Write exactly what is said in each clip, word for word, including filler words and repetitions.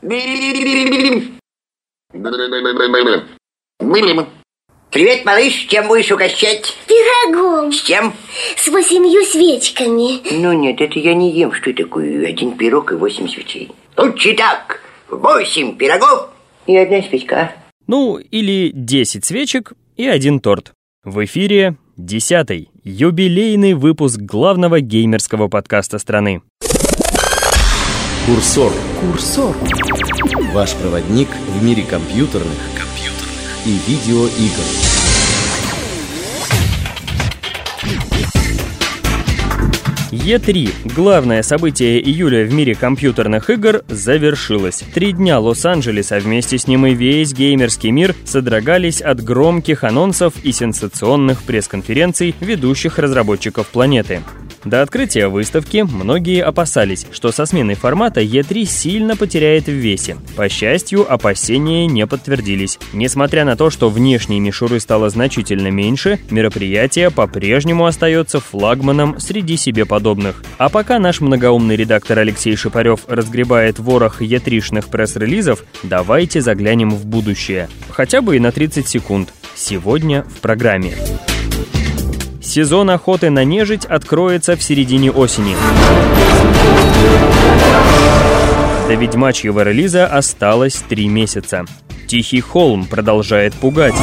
Привет, малыш, чем будешь угощать? Пирогом. С чем? С восемью свечками. Ну нет, это я не ем. Что такое? Один пирог и восемь свечей. Лучше так. Восемь пирогов и одна свечка. Ну, или десять свечек и один торт. В эфире десятый юбилейный выпуск главного геймерского подкаста страны. Курсор. Курсор. Ваш проводник в мире компьютерных, компьютерных и видеоигр. и три, главное событие июля в мире компьютерных игр, завершилось. Три дня Лос-Анджелес, а вместе с ним и весь геймерский мир содрогались от громких анонсов и сенсационных пресс-конференций ведущих разработчиков планеты. До открытия выставки многие опасались, что со сменой формата и три сильно потеряет в весе. По счастью, опасения не подтвердились. Несмотря на то, что внешней мишуры стало значительно меньше, мероприятие по-прежнему остается флагманом среди себе подобных. А пока наш многоумный редактор Алексей Шипарев разгребает ворох и три-шных пресс-релизов, давайте заглянем в будущее. Хотя бы и на тридцать секунд. Сегодня в программе. Сезон охоты на нежить откроется в середине осени. До ведьмачьего релиза осталось три месяца. Тихий холм продолжает пугать.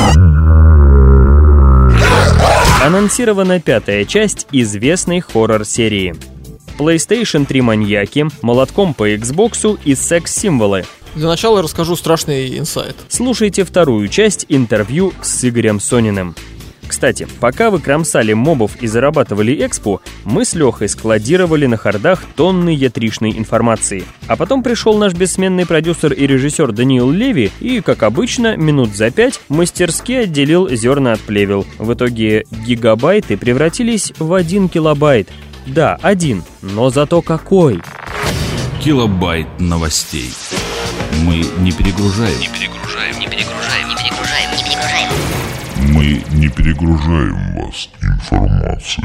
Анонсирована пятая часть известной хоррор-серии. PlayStation три маньяки, молотком по Xbox и секс-символы. Для начала я расскажу страшный инсайт. Слушайте вторую часть интервью с Игорем Сониным. Кстати, пока вы кромсали мобов и зарабатывали экспу, мы с Лехой складировали на хардах тонны и три-шной информации. А потом пришел наш бессменный продюсер и режиссер Даниил Леви и, как обычно, минут за пять мастерски отделил зерна от плевел. В итоге гигабайты превратились в один килобайт. Да, один, но зато какой! Килобайт новостей. Мы не перегружаем. Не перегружаем, не перегружаем, не перегружаем, не перегружаем. Мы не перегружаем вас информацией.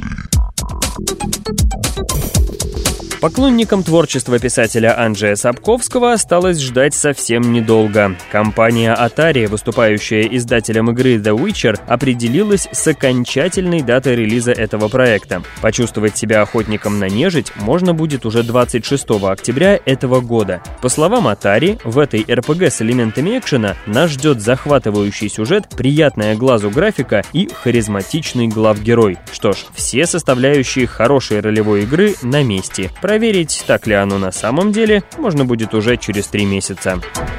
Поклонникам творчества писателя Анджея Сапковского осталось ждать совсем недолго. Компания Atari, выступающая издателем игры The Witcher, определилась с окончательной датой релиза этого проекта. Почувствовать себя охотником на нежить можно будет уже двадцать шестого октября этого года. По словам Atari, в этой эр пи джи с элементами экшена нас ждет захватывающий сюжет, приятная глазу графика и харизматичный главгерой. Что ж, все составляющие хорошей ролевой игры на месте. Проверить, так ли оно на самом деле, можно будет уже через три месяца.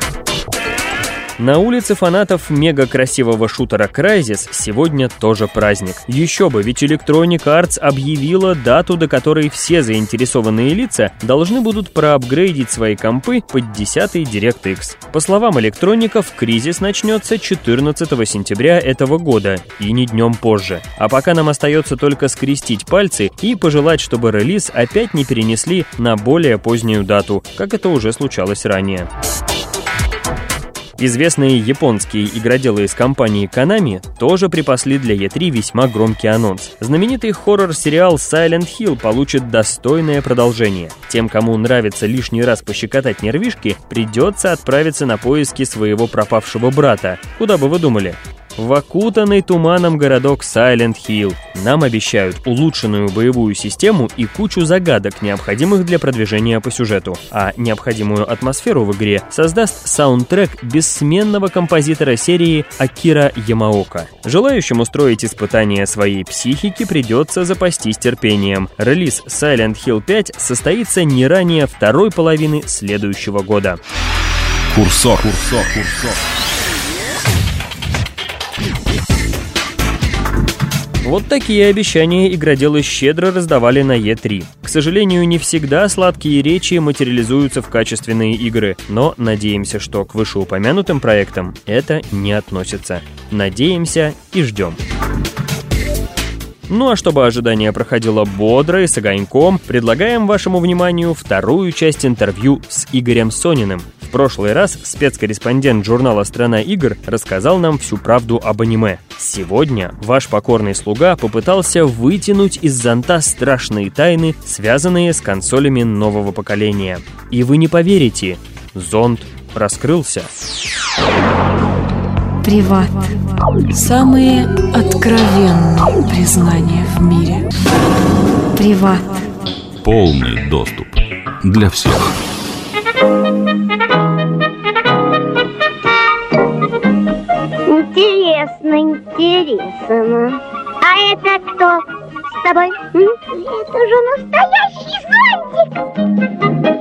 На улице фанатов мега-красивого шутера Crysis сегодня тоже праздник. Еще бы, ведь Electronic Arts объявила дату, до которой все заинтересованные лица должны будут проапгрейдить свои компы под десятый DirectX. По словам электроников, кризис начнется четырнадцатого сентября этого года, и не днем позже. А пока нам остается только скрестить пальцы и пожелать, чтобы релиз опять не перенесли на более позднюю дату, как это уже случалось ранее. Известные японские игроделы из компании Konami тоже припасли для и три весьма громкий анонс. Знаменитый хоррор-сериал Silent Hill получит достойное продолжение. Тем, кому нравится лишний раз пощекотать нервишки, придется отправиться на поиски своего пропавшего брата. Куда бы вы думали? В окутанный туманом городок Silent Hill. Нам обещают улучшенную боевую систему и кучу загадок, необходимых для продвижения по сюжету. А необходимую атмосферу в игре создаст саундтрек бессменного композитора серии Акира Ямаока. Желающим устроить испытание своей психики придется запастись терпением. Релиз Silent Hill пять состоится не ранее второй половины следующего года. Курсор. Курсор. Курсор. Вот такие обещания игроделы щедро раздавали на и три. К сожалению, не всегда сладкие речи материализуются в качественные игры, но надеемся, что к вышеупомянутым проектам это не относится. Надеемся и ждем. Ну а чтобы ожидание проходило бодро и с огоньком, предлагаем вашему вниманию вторую часть интервью с Игорем Сониным. В прошлый раз спецкорреспондент журнала «Страна игр» рассказал нам всю правду об аниме. Сегодня ваш покорный слуга попытался вытянуть из зонта страшные тайны, связанные с консолями нового поколения. И вы не поверите, зонд раскрылся. Приват. Самые откровенные признания в мире. Приват. Полный доступ для всех. Интересно, интересно. А это кто с тобой? М? Это же настоящий зонтик.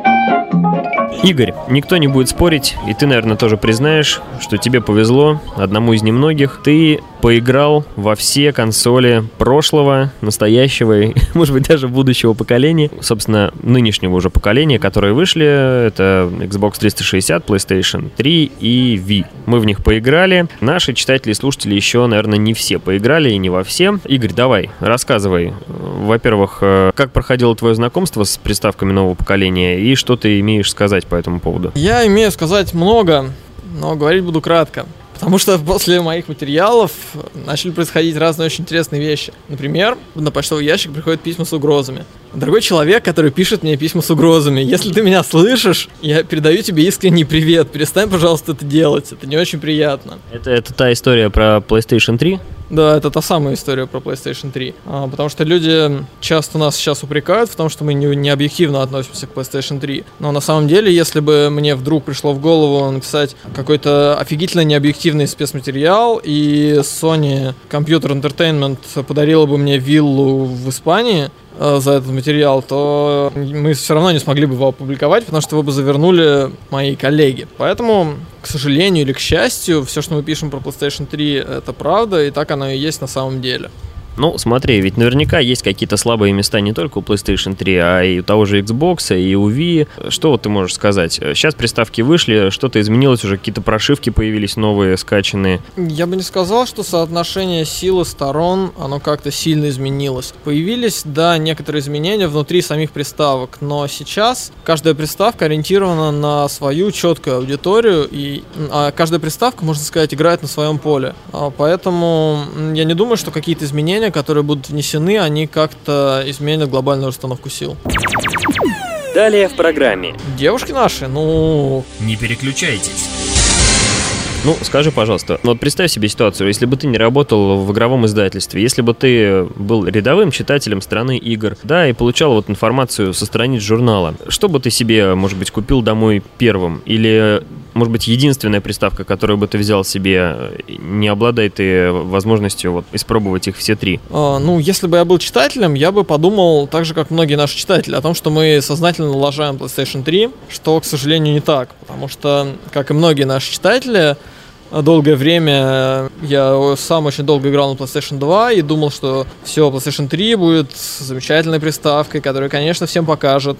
Игорь, никто не будет спорить, и ты, наверное, тоже признаешь, что тебе повезло, одному из немногих. Ты поиграл во все консоли прошлого, настоящего и, может быть, даже будущего поколения. Собственно, нынешнего уже поколения, которые вышли, это Xbox триста шестьдесят, PlayStation три и Wii. Мы в них поиграли. Наши читатели и слушатели еще, наверное, не все поиграли и не во все. Игорь, давай, рассказывай. Во-первых, как проходило твое знакомство с приставками нового поколения и что ты имеешь сказать по этому поводу? Я имею сказать много, но говорить буду кратко. Потому что после моих материалов начали происходить разные очень интересные вещи. Например, на почтовый ящик приходят письма с угрозами. Дорогой человек, который пишет мне письма с угрозами, если ты меня слышишь, я передаю тебе искренний привет. Перестань, пожалуйста, это делать. Это не очень приятно. Это, это та история про PlayStation три? Да, это та самая история про PlayStation три. А, потому что люди часто нас сейчас упрекают в том, что мы не, не объективно относимся к PlayStation три. Но на самом деле, если бы мне вдруг пришло в голову написать какой-то офигительно необъективный спецматериал, и Sony Computer Entertainment подарила бы мне виллу в Испании э, за этот материал, то мы все равно не смогли бы его опубликовать, потому что его бы завернули мои коллеги. Поэтому, к сожалению или к счастью, все, что мы пишем про PlayStation три, это правда, и так оно и есть на самом деле. Ну, смотри, ведь наверняка есть какие-то слабые места не только у PlayStation три, а и у того же Xbox, и у Wii. Что вот ты можешь сказать? Сейчас приставки вышли, что-то изменилось, уже какие-то прошивки появились новые, скачанные. Я бы не сказал, что соотношение силы сторон, оно как-то сильно изменилось. Появились, да, некоторые изменения внутри самих приставок, но сейчас каждая приставка ориентирована на свою четкую аудиторию, и а каждая приставка, можно сказать, играет на своем поле. А поэтому я не думаю, что какие-то изменения, которые будут внесены, они как-то изменят глобальную расстановку сил. Далее в программе. Девушки наши, ну... Не переключайтесь. Ну, скажи, пожалуйста, ну вот представь себе ситуацию, если бы ты не работал в игровом издательстве, если бы ты был рядовым читателем страны игр, да, и получал вот информацию со страниц журнала, что бы ты себе, может быть, купил домой первым? Или, может быть, единственная приставка, которую бы ты взял себе, не обладает ты возможностью вот испробовать их все три? А, ну, если бы я был читателем, я бы подумал, так же, как многие наши читатели, о том, что мы сознательно лажаем PlayStation три, что, к сожалению, не так, потому что, как и многие наши читатели, долгое время я сам очень долго играл на PlayStation два и думал, что все, PlayStation три будет замечательной приставкой, которая, конечно, всем покажет.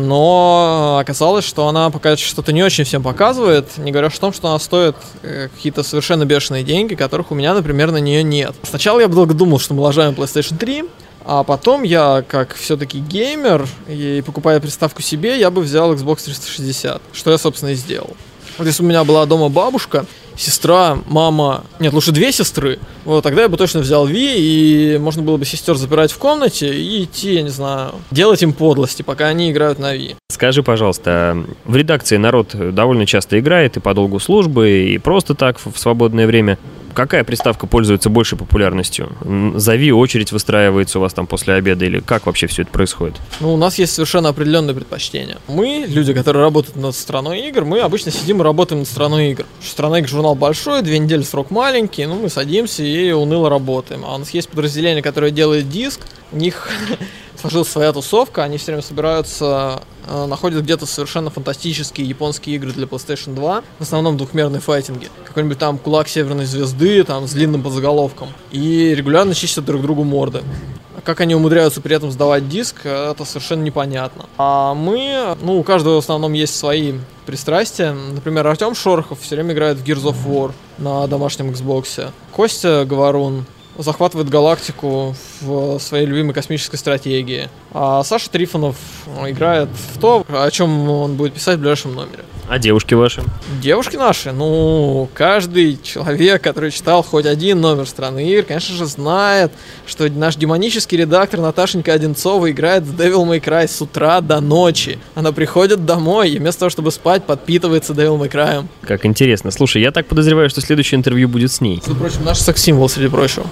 Но оказалось, что она пока что-то не очень всем показывает, не говоря о том, что она стоит какие-то совершенно бешеные деньги, которых у меня, например, на нее нет. Сначала я долго думал, что мы лажаем PlayStation три, а потом я, как все-таки геймер, и покупая приставку себе, я бы взял Xbox триста шестьдесят, что я, собственно, и сделал. Вот если у меня была дома бабушка, сестра, мама, нет, лучше две сестры, вот тогда я бы точно взял Wii, и можно было бы сестер запирать в комнате и идти, я не знаю, делать им подлости, пока они играют на Wii. Скажи, пожалуйста, в редакции народ довольно часто играет и по долгу службы, и просто так в свободное время. Какая приставка пользуется большей популярностью? За Wii очередь выстраивается у вас там после обеда, или как вообще все это происходит? Ну, у нас есть совершенно определенные предпочтения. Мы, люди, которые работают над страной игр, мы обычно сидим и работаем над страной игр. Страна игр журнал большой, две недели срок маленький, ну, мы садимся и уныло работаем. А у нас есть подразделение, которое делает диск, у них сложилась своя тусовка, они все время собираются, э, находят где-то совершенно фантастические японские игры для PlayStation два, в основном двухмерные файтинги. Какой-нибудь там Кулак Северной Звезды, там с длинным подзаголовком. И регулярно чистят друг другу морды. Как они умудряются при этом сдавать диск, это совершенно непонятно. А мы, ну, у каждого в основном есть свои пристрастия. Например, Артем Шорохов все время играет в Gears of War на домашнем Xbox. Костя Говорун захватывает галактику в своей любимой космической стратегии. А Саша Трифонов играет в то, о чем он будет писать в ближайшем номере. А девушки ваши? Девушки наши, ну, каждый человек, который читал хоть один номер «Страны игр», конечно же, знает, что наш демонический редактор Наташенька Одинцова играет в Devil May Cry с утра до ночи. Она приходит домой и вместо того, чтобы спать, подпитывается Devil May Cry. Как интересно. Слушай, я так подозреваю, что следующее интервью будет с ней. Между прочим, наш секс-символ, среди прочего.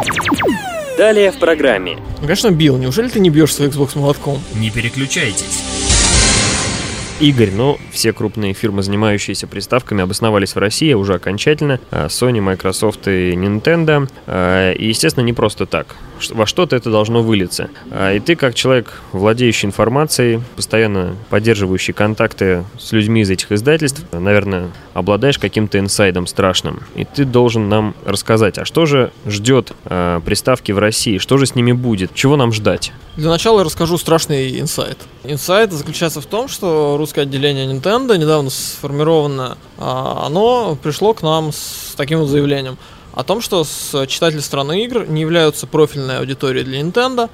Далее в программе. Ну, конечно, Билл, неужели ты не бьешь свой Xbox молотком? Не переключайтесь. Игорь, ну, все крупные фирмы, занимающиеся приставками, обосновались в России уже окончательно. Sony, Microsoft и Nintendo. И, естественно, не просто так. Во что-то это должно вылиться. И ты, как человек, владеющий информацией, постоянно поддерживающий контакты с людьми из этих издательств, наверное, обладаешь каким-то инсайдом страшным. И ты должен нам рассказать, а что же ждет э, приставки в России? Что же с ними будет? Чего нам ждать? Для начала я расскажу страшный инсайт. Инсайт заключается в том, что русское отделение Nintendo, недавно сформировано, оно пришло к нам с таким вот заявлением о том, что читатели «Страны игр» не являются профильной аудиторией для Nintendo,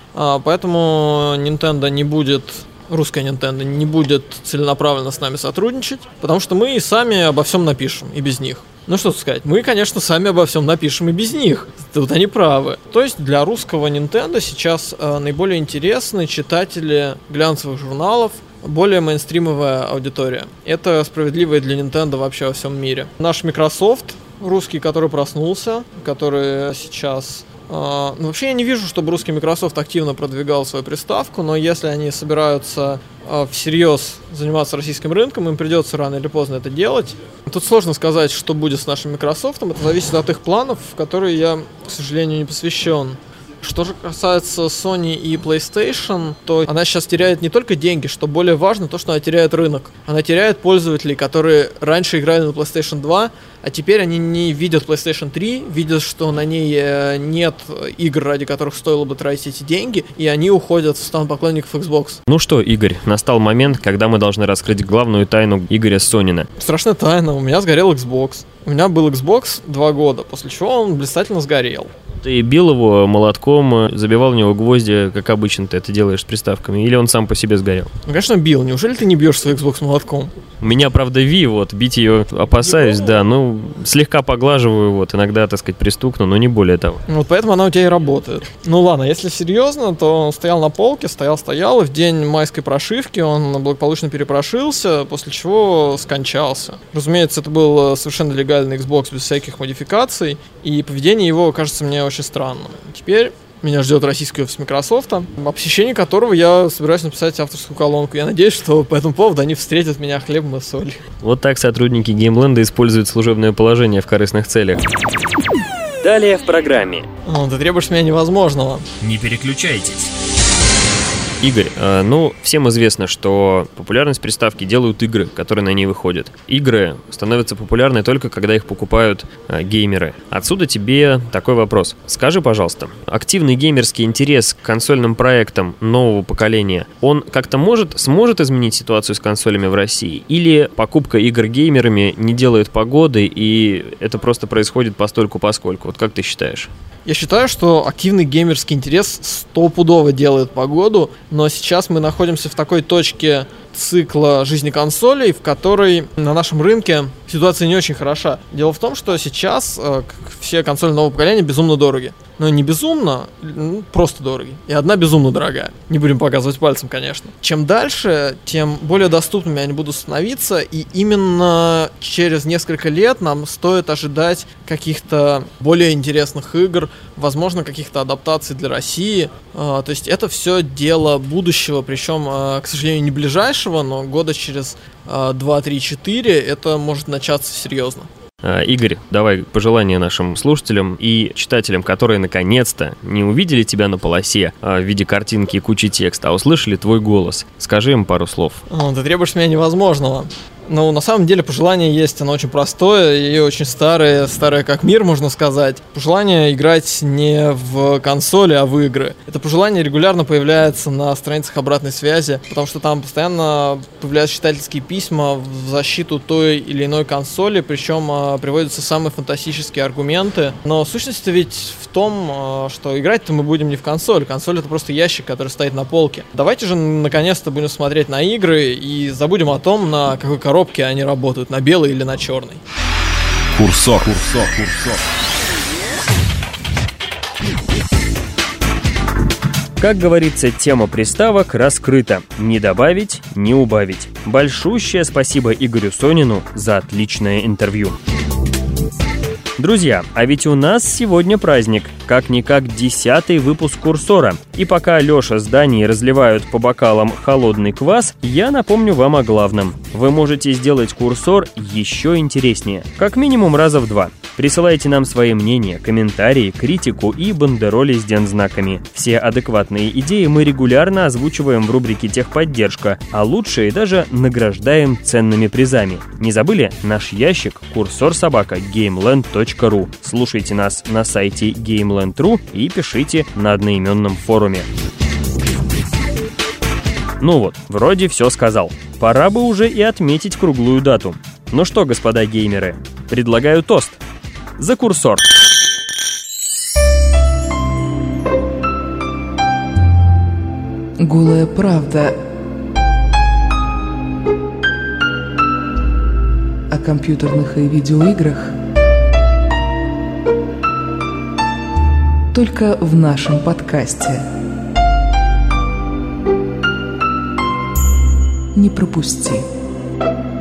поэтому Nintendo не будет, русская Nintendo не будет целенаправленно с нами сотрудничать, потому что мы и сами обо всем напишем, и без них. Ну что тут сказать, мы, конечно, сами обо всем напишем и без них, тут они правы. То есть для русского Nintendo сейчас э, наиболее интересны читатели глянцевых журналов, более мейнстримовая аудитория. Это справедливо и для Nintendo вообще во всем мире. Наш Microsoft, русский, который проснулся, который сейчас... Uh, ну, вообще я не вижу, чтобы русский Microsoft активно продвигал свою приставку, но если они собираются uh, всерьез заниматься российским рынком, им придется рано или поздно это делать. Тут сложно сказать, что будет с нашим Microsoft, это зависит от их планов, в которые я, к сожалению, не посвящен. Что же касается Sony и PlayStation, то она сейчас теряет не только деньги, что более важно, то, что она теряет рынок. Она теряет пользователей, которые раньше играли на PlayStation два, а теперь они не видят PlayStation три, видят, что на ней нет игр, ради которых стоило бы тратить эти деньги, и они уходят в стан поклонников Xbox. Ну что, Игорь, настал момент, когда мы должны раскрыть главную тайну Игоря Сонина. Страшная тайна, у меня сгорел Xbox. У меня был Xbox два года, после чего он блистательно сгорел. Ты бил его молотком, забивал в него гвозди, как обычно ты это делаешь с приставками, или он сам по себе сгорел? Ну, конечно, бил. Неужели ты не бьешь свой Xbox молотком? У меня, правда, Ви, вот, бить ее опасаюсь, да, ну, слегка поглаживаю, вот, иногда, так сказать, пристукну, но не более того. Вот поэтому она у тебя и работает. Ну ладно, если серьезно, то он стоял на полке, стоял-стоял, и в день майской прошивки он благополучно перепрошился, после чего скончался. Разумеется, это был совершенно легальный Xbox без всяких модификаций, и поведение его кажется мне очень странным. Теперь меня ждет российский офис Microsoft, о посещении которого я собираюсь написать авторскую колонку. Я надеюсь, что по этому поводу они встретят меня хлебом и солью. Вот так сотрудники Геймленда используют служебное положение в корыстных целях. Далее в программе. Ну, ты требуешь с меня невозможного. Не переключайтесь. Игорь, э, ну, всем известно, что популярность приставки делают игры, которые на ней выходят. Игры становятся популярны только когда их покупают э, геймеры. Отсюда тебе такой вопрос. Скажи, пожалуйста, активный геймерский интерес к консольным проектам нового поколения, он как-то может, сможет изменить ситуацию с консолями в России? Или покупка игр геймерами не делает погоды, и это просто происходит постольку-поскольку? Вот как ты считаешь? Я считаю, что активный геймерский интерес стопудово делает погоду, но сейчас мы находимся в такой точке цикла жизни консолей, в которой на нашем рынке ситуация не очень хороша. Дело в том, что сейчас э, все консоли нового поколения безумно дороги. Но не безумно, ну, просто дороги. И одна безумно дорогая. Не будем показывать пальцем, конечно. Чем дальше, тем более доступными они будут становиться, и именно через несколько лет нам стоит ожидать каких-то более интересных игр, возможно, каких-то адаптаций для России. Э, то есть это все дело будущего, причем, э, к сожалению, не ближайшего, но года через э, два, три, четыре это может начаться серьезно. Игорь, давай пожелания нашим слушателям и читателям, которые наконец-то не увидели тебя на полосе в виде картинки и кучи текста, а услышали твой голос. Скажи им пару слов. О, ты требуешь меня невозможного. Ну, на самом деле, пожелание есть, оно очень простое и очень старое, старое как мир, можно сказать. Пожелание играть не в консоли, а в игры. Это пожелание регулярно появляется на страницах обратной связи, потому что там постоянно появляются читательские письма в защиту той или иной консоли, причем приводятся самые фантастические аргументы. Но сущность ведь в том, что играть-то мы будем не в консоль. Консоль — это просто ящик, который стоит на полке. Давайте же наконец-то будем смотреть на игры и забудем о том, на какой коробке коробке они работают, на белой или на черной. Курсор, курсор, курсор. Как говорится, тема приставок раскрыта. Не добавить, не убавить. Большущее спасибо Игорю Сонину за отличное интервью. Друзья, а ведь у нас сегодня праздник. Как-никак десятый выпуск «Курсора». И пока Леша с Даней разливают по бокалам холодный квас, я напомню вам о главном. Вы можете сделать «Курсор» еще интереснее. Как минимум раза в два. Присылайте нам свои мнения, комментарии, критику и бандероли с дензнаками. Все адекватные идеи мы регулярно озвучиваем в рубрике «Техподдержка», а лучшие даже награждаем ценными призами. Не забыли? Наш ящик курсор собака геймленд точка ру. Слушайте нас на сайте геймленд точка ру и пишите на одноименном форуме. Ну вот, вроде все сказал. Пора бы уже и отметить круглую дату. Ну что, господа геймеры, предлагаю тост. За «Курсор». Голая правда о компьютерных и видеоиграх только в нашем подкасте. Не пропусти.